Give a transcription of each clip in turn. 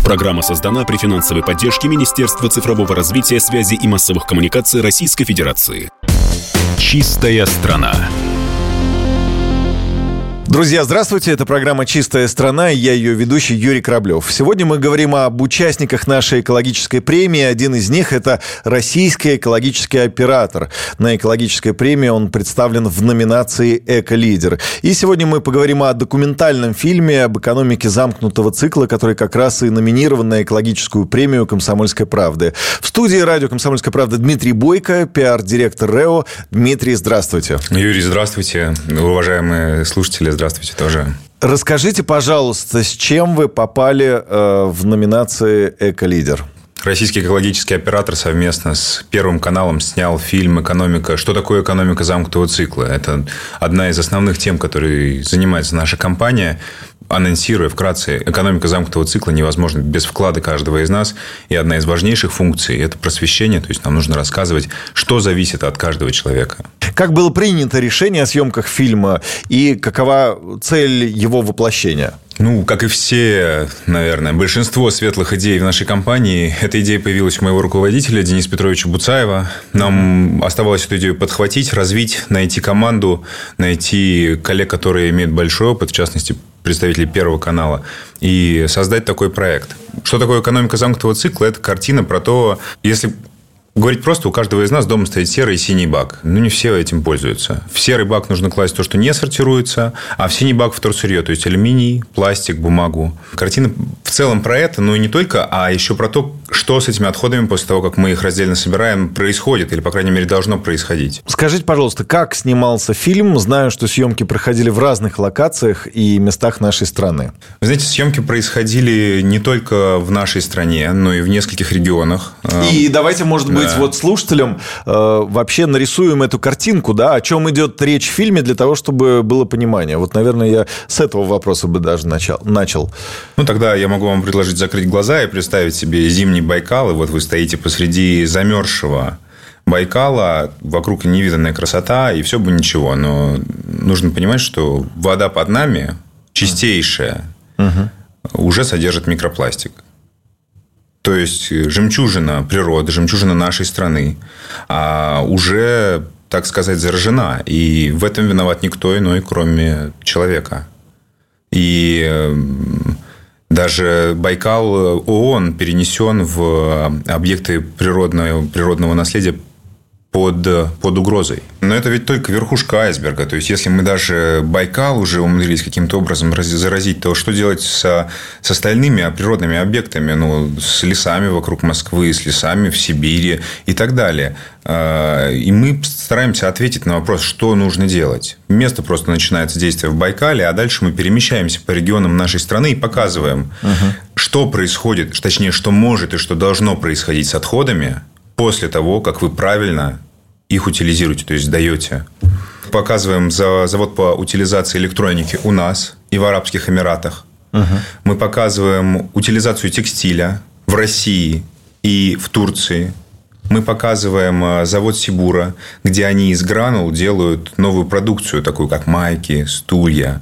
Программа создана при финансовой поддержке Министерства цифрового развития, связи и массовых коммуникаций Российской Федерации. Чистая страна. Друзья, здравствуйте, это программа «Чистая страна», и я ее ведущий Юрий Кораблев. Сегодня мы говорим об участниках нашей экологической премии. Один из них – это российский экологический оператор. На экологической премии он представлен в номинации «Эко-лидер». И сегодня мы поговорим о документальном фильме об экономике замкнутого цикла, который как раз и номинирован на экологическую премию «Комсомольской правды». В студии радио «Комсомольская правда» Дмитрий Бойко, пиар-директор РЭО. Дмитрий, здравствуйте. Юрий, здравствуйте. Уважаемые слушатели, здравствуйте тоже. Расскажите, пожалуйста, с чем вы попали в номинации «Эко-лидер»? Российский экологический оператор совместно с Первым каналом снял фильм «Экономика». Что такое экономика замкнутого цикла? Это одна из основных тем, которой занимается наша компания. Анонсируя вкратце, экономика замкнутого цикла невозможна без вклада каждого из нас. И одна из важнейших функций – это просвещение. То есть, нам нужно рассказывать, что зависит от каждого человека. Как было принято решение о съемках фильма и какова цель его воплощения? Как и все, наверное, большинство светлых идей в нашей компании, эта идея появилась у моего руководителя Дениса Петровича Буцаева. Нам оставалось эту идею подхватить, развить, найти команду, найти коллег, которые имеют большой опыт, в частности, представителей Первого канала, и создать такой проект. Что такое экономика замкнутого цикла? Это картина про то, если говорить просто, у каждого из нас дома стоит серый и синий бак. Не все этим пользуются. В серый бак нужно класть то, что не сортируется, а в синий бак вторсырье, то есть алюминий, пластик, бумагу. Картина в целом про это, но и не только, а еще про то, что с этими отходами после того, как мы их раздельно собираем, происходит, или, по крайней мере, должно происходить. Скажите, пожалуйста, как снимался фильм? Знаю, что съемки проходили в разных локациях и местах нашей страны. Вы знаете, съемки происходили не только в нашей стране, но и в нескольких регионах. И давайте, может быть, слушателям вообще нарисуем эту картинку, да, о чем идет речь в фильме, для того, чтобы было понимание. Наверное, я с этого вопроса бы даже начал. Тогда я могу вам предложить закрыть глаза и представить себе зимний Байкал, и вы стоите посреди замерзшего Байкала, вокруг невиданная красота, и все бы ничего, но нужно понимать, что вода под нами, чистейшая, уже содержит микропластик. То есть, жемчужина природы, жемчужина нашей страны уже, так сказать, заражена. И в этом виноват никто иной, кроме человека. И даже Байкал ООН перенесен в объекты природного наследия под угрозой. Но это ведь только верхушка айсберга. То есть, если мы даже Байкал уже умудрились каким-то образом заразить, то что делать с остальными природными объектами? С лесами вокруг Москвы, с лесами в Сибири и так далее. И мы стараемся ответить на вопрос, что нужно делать. Место просто начинается действие в Байкале, а дальше мы перемещаемся по регионам нашей страны и показываем, что происходит, точнее, что может и что должно происходить с отходами после того, как вы правильно их утилизируете, то есть сдаете. Показываем завод по утилизации электроники у нас и в Арабских Эмиратах. Мы показываем утилизацию текстиля в России и в Турции. Мы показываем завод Сибура, где они из гранул делают новую продукцию, такую как майки, стулья.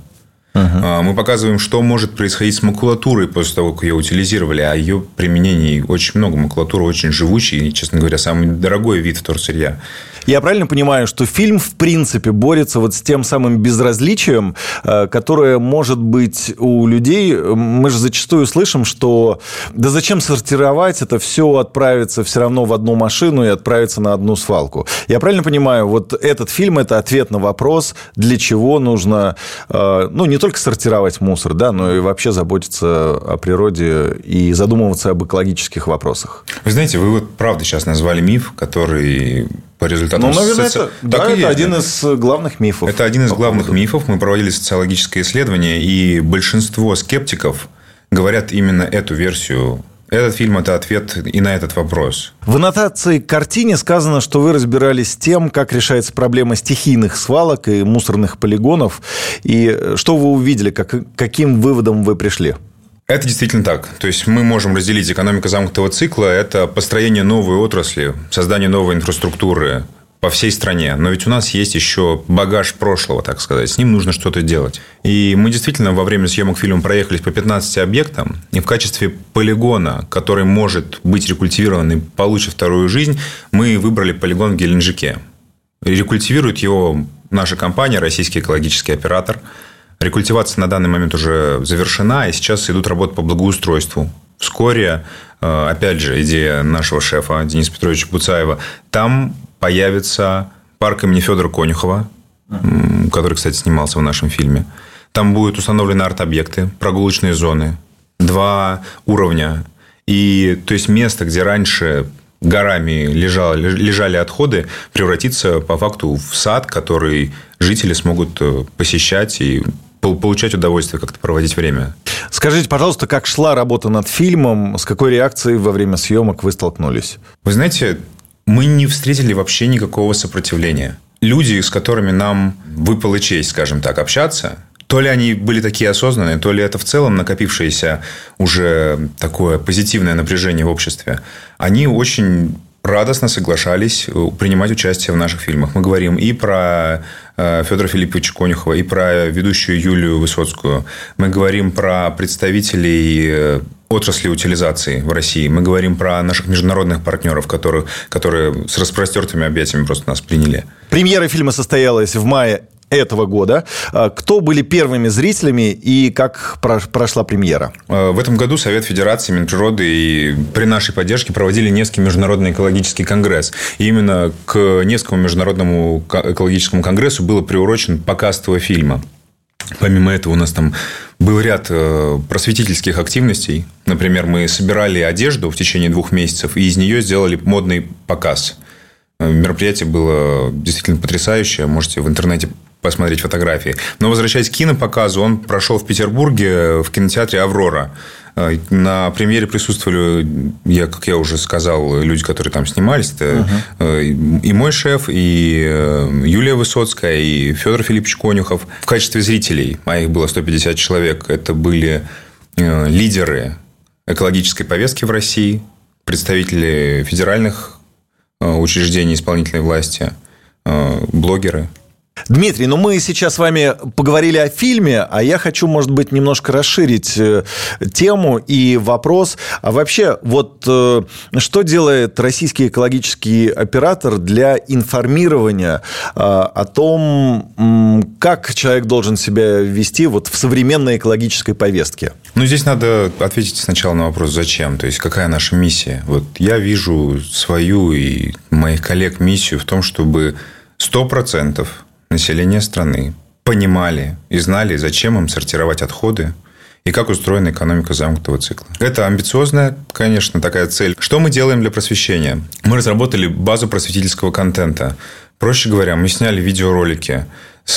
Мы показываем, что может происходить с макулатурой после того, как ее утилизировали. А ее применений очень много. Макулатура очень живучий и, честно говоря, самый дорогой вид вторсырья. Я правильно понимаю, что фильм, в принципе, борется с тем самым безразличием, которое может быть у людей. Мы же зачастую слышим, что да зачем сортировать, это все отправится все равно в одну машину и отправится на одну свалку. Я правильно понимаю, этот фильм – это ответ на вопрос, для чего нужно, не только сортировать мусор, да, но и вообще заботиться о природе и задумываться об экологических вопросах. Вы знаете, вы правда сейчас назвали миф, который по результатам... наверное, это один из главных мифов. Это один из главных мифов. Мы проводили социологическое исследование, и большинство скептиков говорят именно эту версию. Этот фильм – это ответ и на этот вопрос. В аннотации к картине сказано, что вы разбирались с тем, как решается проблема стихийных свалок и мусорных полигонов. И что вы увидели, каким выводом вы пришли? Это действительно так. То есть, мы можем разделить экономику замкнутого цикла. Это построение новой отрасли, создание новой инфраструктуры, по всей стране. Но ведь у нас есть еще багаж прошлого, так сказать. С ним нужно что-то делать. И мы действительно во время съемок фильма проехались по 15 объектам. И в качестве полигона, который может быть рекультивирован и получит вторую жизнь, мы выбрали полигон в Геленджике. Рекультивирует его наша компания, российский экологический оператор. Рекультивация на данный момент уже завершена, и сейчас идут работы по благоустройству. Вскоре, опять же, идея нашего шефа Дениса Петровича Буцаева, там появится парк имени Федора Конюхова, который, кстати, снимался в нашем фильме. Там будут установлены арт-объекты, прогулочные зоны, 2 уровня. И, то есть, место, где раньше горами лежали отходы, превратится по факту в сад, который жители смогут посещать и получать удовольствие, как-то проводить время. Скажите, пожалуйста, как шла работа над фильмом? С какой реакцией во время съемок вы столкнулись? Вы знаете, мы не встретили вообще никакого сопротивления. Люди, с которыми нам выпала честь, скажем так, общаться, то ли они были такие осознанные, то ли это в целом накопившееся уже такое позитивное напряжение в обществе, они очень радостно соглашались принимать участие в наших фильмах. Мы говорим и про Федора Филипповича Конюхова, и про ведущую Юлию Высоцкую. Мы говорим про представителей отрасли утилизации в России. Мы говорим про наших международных партнеров, которые с распростертыми объятиями просто нас приняли. Премьера фильма состоялась в мае этого года. Кто были первыми зрителями и как прошла премьера? В этом году Совет Федерации, Минприроды и при нашей поддержке проводили Невский международный экологический конгресс. И именно к Невскому международному экологическому конгрессу был приурочен показ этого фильма. Помимо этого у нас там был ряд просветительских активностей. Например, мы собирали одежду в течение 2 месяцев и из нее сделали модный показ. Мероприятие было действительно потрясающее. Можете в интернете посмотреть фотографии. Но, возвращаясь к кинопоказу, он прошел в Петербурге в кинотеатре «Аврора». На премьере присутствовали, как я уже сказал, люди, которые там снимались. Это и мой шеф, и Юлия Высоцкая, и Федор Филиппович Конюхов. В качестве зрителей, а их было 150 человек, это были лидеры экологической повестки в России, представители федеральных учреждений исполнительной власти, блогеры. Дмитрий, мы сейчас с вами поговорили о фильме, а я хочу, может быть, немножко расширить тему и вопрос. А вообще, что делает российский экологический оператор для информирования о том, как человек должен себя вести в современной экологической повестке? Здесь надо ответить сначала на вопрос, зачем, то есть, какая наша миссия. Я вижу свою и моих коллег миссию в том, чтобы 100% населения страны понимали и знали, зачем им сортировать отходы и как устроена экономика замкнутого цикла. Это амбициозная, конечно, такая цель. Что мы делаем для просвещения? Мы разработали базу просветительского контента. Проще говоря, мы сняли видеоролики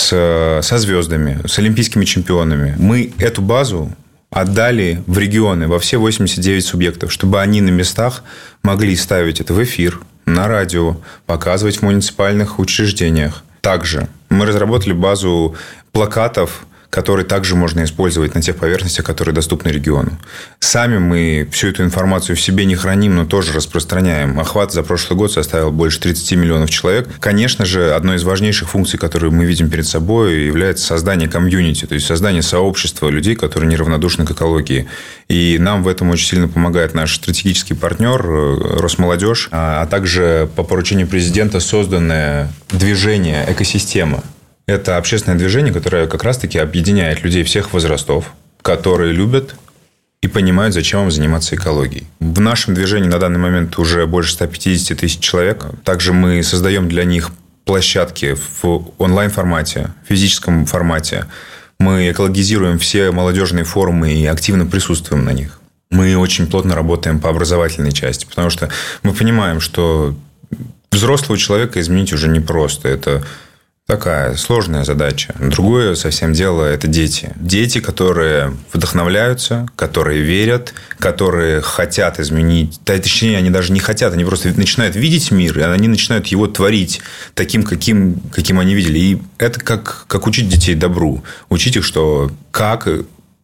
со звездами, с олимпийскими чемпионами. Мы эту базу отдали в регионы, во все 89 субъектов, чтобы они на местах могли ставить это в эфир, на радио, показывать в муниципальных учреждениях. Также мы разработали базу плакатов, которые также можно использовать на тех поверхностях, которые доступны региону. Сами мы всю эту информацию в себе не храним, но тоже распространяем. Охват за прошлый год составил больше 30 миллионов человек. Конечно же, одной из важнейших функций, которую мы видим перед собой, является создание комьюнити, то есть создание сообщества людей, которые неравнодушны к экологии. И нам в этом очень сильно помогает наш стратегический партнер Росмолодежь, а также по поручению президента созданное движение «Экосистема». Это общественное движение, которое как раз-таки объединяет людей всех возрастов, которые любят и понимают, зачем им заниматься экологией. В нашем движении на данный момент уже больше 150 тысяч человек. Также мы создаем для них площадки в онлайн-формате, в физическом формате. Мы экологизируем все молодежные форумы и активно присутствуем на них. Мы очень плотно работаем по образовательной части, потому что мы понимаем, что взрослого человека изменить уже непросто. Это такая сложная задача. Другое совсем дело – это дети. Дети, которые вдохновляются, которые верят, которые хотят изменить. Точнее, они даже не хотят, они просто начинают видеть мир, и они начинают его творить таким, каким они видели. И это как учить детей добру. Учить их, что как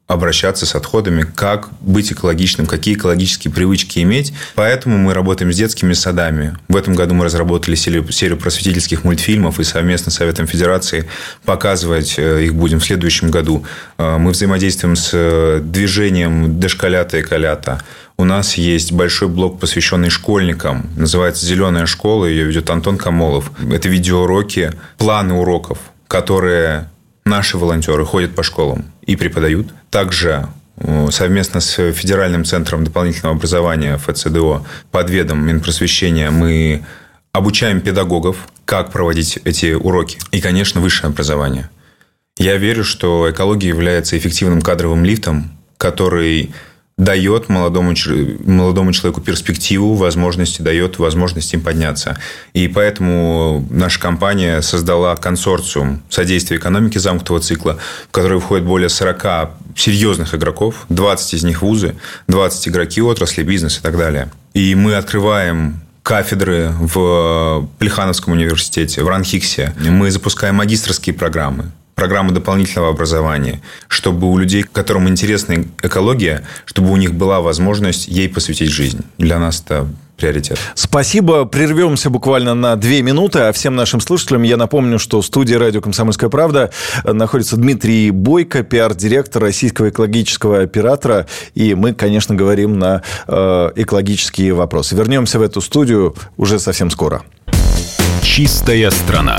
обращаться с отходами, как быть экологичным, какие экологические привычки иметь. Поэтому мы работаем с детскими садами. В этом году мы разработали серию просветительских мультфильмов и совместно с Советом Федерации показывать их будем в следующем году. Мы взаимодействуем с движением «Дошколята и колята». У нас есть большой блок, посвященный школьникам. Называется «Зеленая школа». Ее ведет Антон Камолов. Это видеоуроки, планы уроков, которые наши волонтеры ходят по школам и преподают. Также совместно с Федеральным центром дополнительного образования ФЦДО под ведомством Минпросвещения мы обучаем педагогов, как проводить эти уроки. И, конечно, высшее образование. Я верю, что экология является эффективным кадровым лифтом, который дает молодому человеку перспективу, дает возможность им подняться. И поэтому наша компания создала консорциум содействия экономике замкнутого цикла, в который входит более 40 серьезных игроков, 20 из них вузы, 20 игроки отрасли, бизнес и так далее. И мы открываем кафедры в Плехановском университете, в РАНХИКСе. Мы запускаем магистерские программы дополнительного образования, чтобы у людей, которым интересна экология, чтобы у них была возможность ей посвятить жизнь. Для нас это приоритет. Спасибо. Прервемся буквально на 2 минуты. А всем нашим слушателям я напомню, что в студии радио «Комсомольская правда» находится Дмитрий Бойко, пиар-директор российского экологического оператора. И мы, конечно, говорим на экологические вопросы. Вернемся в эту студию уже совсем скоро. Чистая страна.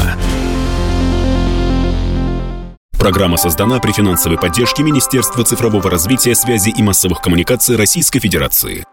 Программа создана при финансовой поддержке Министерства цифрового развития, связи и массовых коммуникаций Российской Федерации.